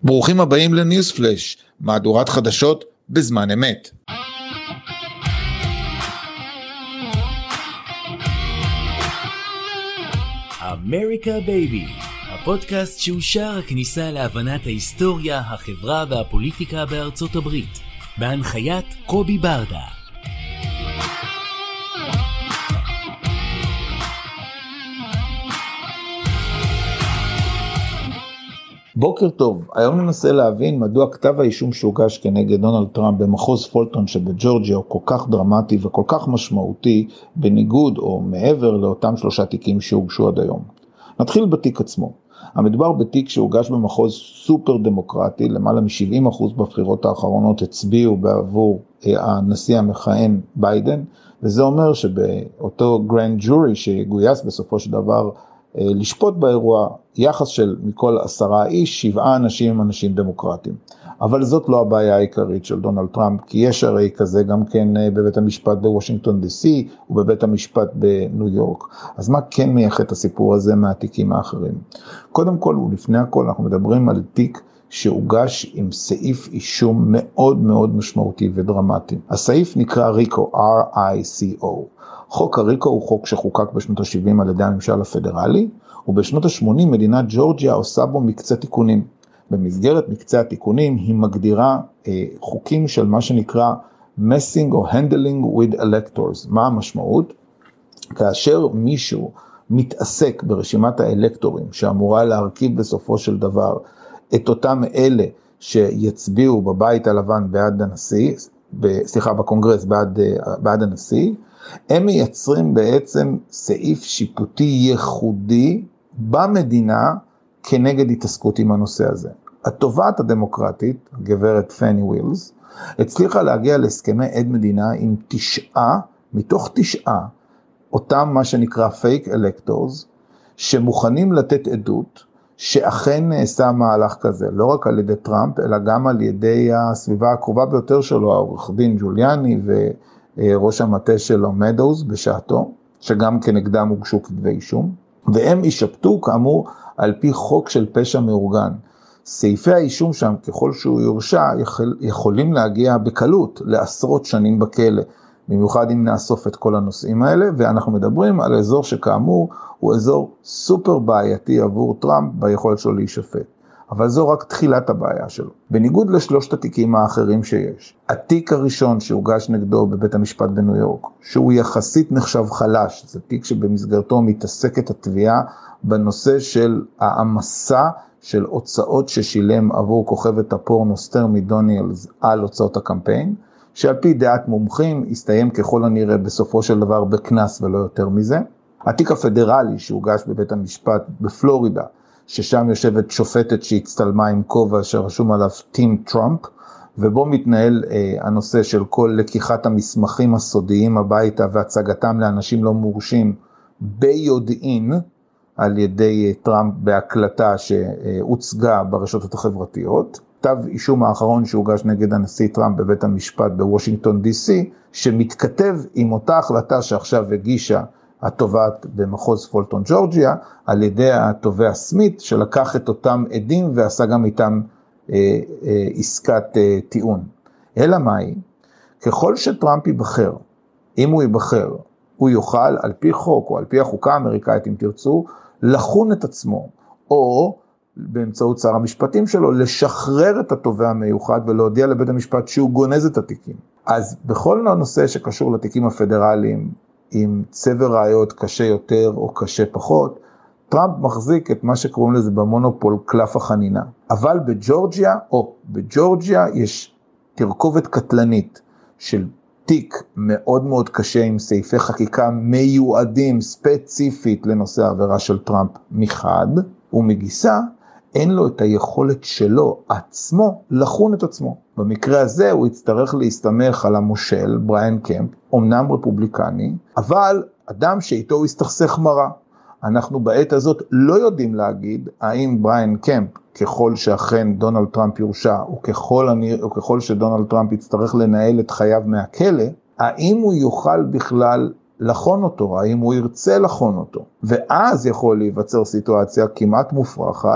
ברוכים הבאים לניוז פלאש, מהדורת חדשות בזמן אמת. אמריקה בייבי, הפודקאסט שהוא שער הכניסה להבנת ההיסטוריה, החברה והפוליטיקה בארצות הברית, בהנחיית קובי ברדה. בוקר טוב, היום ננסה להבין מדוע כתב האישום שהוגש כנגד דונלד טראמפ במחוז פולטון שבג'ורג'יה הוא כל כך דרמטי וכל כך משמעותי, בניגוד או מעבר לאותם 3 תיקים שהוגשו עד היום. נתחיל בתיק עצמו. המדובר בתיק שהוגש במחוז סופר דמוקרטי, למעלה מ-70% בבחירות האחרונות הצביעו בעבור הנשיא המכהן ביידן, וזה אומר שבאותו גרנד ג'ורי שגויס בסופו של דבר לשפוט באירוע, יחס של מכל 10 איש, 7 אנשים הם אנשים דמוקרטיים. אבל זאת לא הבעיה העיקרית של דונלד טראמפ, כי יש הרי כזה גם כן בבית המשפט בוושינגטון די.סי, ובבית המשפט בניו יורק. אז מה כן מייחד את הסיפור הזה מהתיקים האחרים? קודם כל ולפני הכל אנחנו מדברים על תיק שהוגש עם סעיף אישום מאוד מאוד משמעותי ודרמטי. הסעיף נקרא ריקו, R-I-C-O. חוק הריקו הוא חוק שחוקק בשנות ה-70 על ידי הממשל הפדרלי, ובשנות ה-80 מדינת ג'ורג'יה עושה בו מקצה תיקונים. במסגרת מקצה התיקונים היא מגדירה חוקים של מה שנקרא messing או handling with electors. מה המשמעות? כאשר מישהו מתעסק ברשימת האלקטורים שאמורה להרכיב בסופו של דבר את אותם אלה שיצביעו בבית הלבן בעד הנשיא, בקונגרס בעד הנשיא, הם מייצרים בעצם סעיף שיפוטי ייחודי במדינה כנגד התעסקות עם הנושא הזה. התובעת הדמוקרטית, גברת פני ווילס, הצליחה להגיע להסכמי עד מדינה עם 9 מתוך 9, אותם מה שנקרא פייק אלקטורס, שמוכנים לתת עדות שאכן נעשה מהלך כזה, לא רק על ידי טראמפ, אלא גם על ידי הסביבה הקרובה ביותר שלו, העורך דין ג'וליאני וראש המטה שלו מדאוז בשעתו, שגם כנגדם הוגשו כתבי אישום, והם ישפטו כאמור על פי חוק של פשע מאורגן. סעיפי האישום שם, ככל שהוא יורשע, יכולים להגיע בקלות לעשרות שנים בכלא, במיוחד אם נאסוף את כל הנושאים האלה, ואנחנו מדברים על אזור שכאמור הוא אזור סופר בעייתי עבור טראמפ ביכולת שלו להישפט. אבל זו רק תחילת הבעיה שלו. בניגוד לשלושת התיקים האחרים שיש, התיק הראשון שהוגש נגדו בבית המשפט בניו יורק, שהוא יחסית נחשב חלש, זה תיק שבמסגרתו מתעסקת התביעה בנושא של העמסה של הוצאות ששילם עבור כוכבת הפורנו סטורמי דניאלס על הוצאות הקמפיין, שעל פי דעת מומחים הסתיים ככל הנראה בסופו של דבר בקנס ולא יותר מזה. התיק הפדרלי שהוגש בבית המשפט בפלורידה, ששם יושבת שופטת שהצטלמה עם כובע שרשום עליו טים טראמפ, ובו מתנהל הנושא של כל לקיחת המסמכים הסודיים הביתה והצגתם לאנשים לא מורשים ביודעין על ידי טראמפ בהקלטה שהוצגה ברשתות החברתיות. כתב אישום האחרון שהוגש נגד הנשיא טראמפ בבית המשפט בוושינגטון די.סי, שמתכתב עם אותה החלטה שעכשיו הגישה התובעת במחוז פולטון ג'ורג'יה, על ידי התובע סמית, שלקח את אותם עדים ועשה גם איתם עסקת טיעון. אלא מהי? ככל שטראמפ ייבחר, אם הוא ייבחר, הוא יוכל על פי חוק או על פי החוקה האמריקאית, אם תרצו, לחון את עצמו, או באמצעות שר המשפטים שלו, לשחרר את התובע המיוחד ולהודיע לבית המשפט שהוא גונז את התיקים. אז בכל הנושא שקשור לתיקים הפדרליים, עם צבר ראיות קשה יותר או קשה פחות, טראמפ מחזיק את מה שקוראים לזה במונופול קלף החנינה. אבל בג'ורג'יה יש תרכובת קטלנית של תיק מאוד מאוד קשה עם סעיפי חקיקה מיועדים ספציפית לנושא העבירה של טראמפ מחד, ומגיסה אין לו את היכולת שלו עצמו לחון את עצמו. במקרה הזה הוא יצטרך להסתמך על המושל בריאן קמפ, אומנם רפובליקני, אבל אדם שאיתו הוא יסתכסך מרה. אנחנו בעת הזאת לא יודעים להגיד האם בריאן קמפ, ככל שאכן דונלד טראמפ יורשע, וככל שדונלד טראמפ יצטרך לנהל את חייו מהכלא, האם הוא יוכל בכלל לחון אותו, האם הוא ירצה לחון אותו. ואז יכול להיווצר סיטואציה כמעט מופרכת,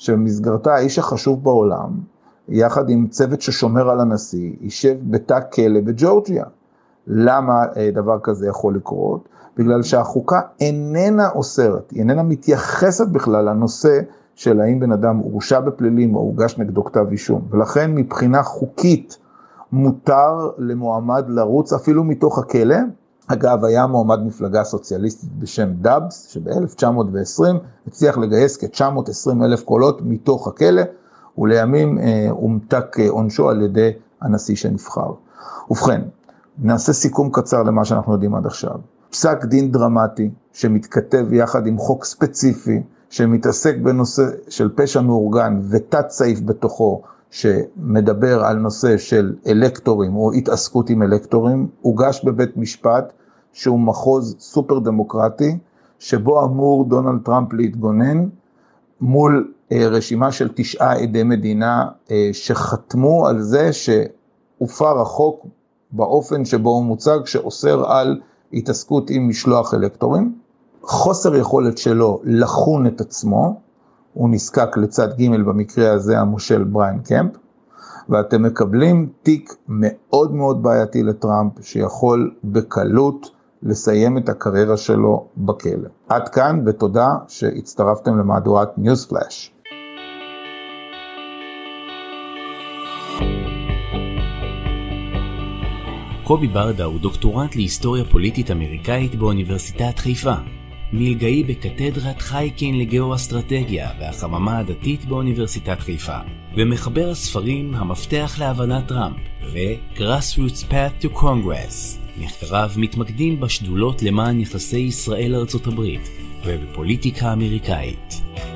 שבמסגרתה האיש החשוב בעולם, יחד עם צוות ששומר על הנשיא, יישב בתא כלא בג'ורג'יה. למה דבר כזה יכול לקרות? בגלל שהחוקה איננה אוסרת, היא איננה מתייחסת בכלל לנושא של האם בן אדם הורשע בפלילים או הוגש נגדו כתב אישום. ולכן מבחינה חוקית מותר למועמד לרוץ אפילו מתוך הכלא. אגב, היה מועמד מפלגה סוציאליסטית בשם דאבס, שב-1920 הצליח לגייס כ-920,000 קולות מתוך הכלא, ולימים הומתק עונשו על ידי הנשיא שנבחר. ובכן, נעשה סיכום קצר למה שאנחנו יודעים עד עכשיו. פסק דין דרמטי שמתכתב יחד עם חוק ספציפי, שמתעסק בנושא של פשע מאורגן ותת סעיף בתוכו, שמדבר על נושא של אלקטורים או התעסקות עם אלקטורים, הוגש בבית משפט שהוא מחוז סופר דמוקרטי, שבו אמור דונלד טראמפ להתגונן מול רשימה של 9 עדי מדינה שחתמו על זה שהופר החוק באופן שבו הוא מוצג, שאוסר על התעסקות עם משלוח אלקטורים. חוסר יכולת שלו לחון את עצמו, הוא נזקק לצד ג' במקרה הזה המושל בריין קמפ, ואתם מקבלים תיק מאוד מאוד בעייתי לטראמפ, שיכול בקלות לסיים את הקריירה שלו בכלא. עד כאן, ותודה שהצטרפתם למהדורת ניוז פלאש. קובי ברדה הוא דוקטורנט להיסטוריה פוליטית אמריקאית באוניברסיטת חיפה. מלגאי בקתדרת חייקין לגאו-אסטרטגיה והחממה הדתית באוניברסיטת חיפה, ומחבר הספרים המפתח להבנת טראמפ ו-Grassroots Path to Congress. מחקריו מתמקדים בשדולות למען יחסי ישראל ארצות הברית ובפוליטיקה אמריקאית.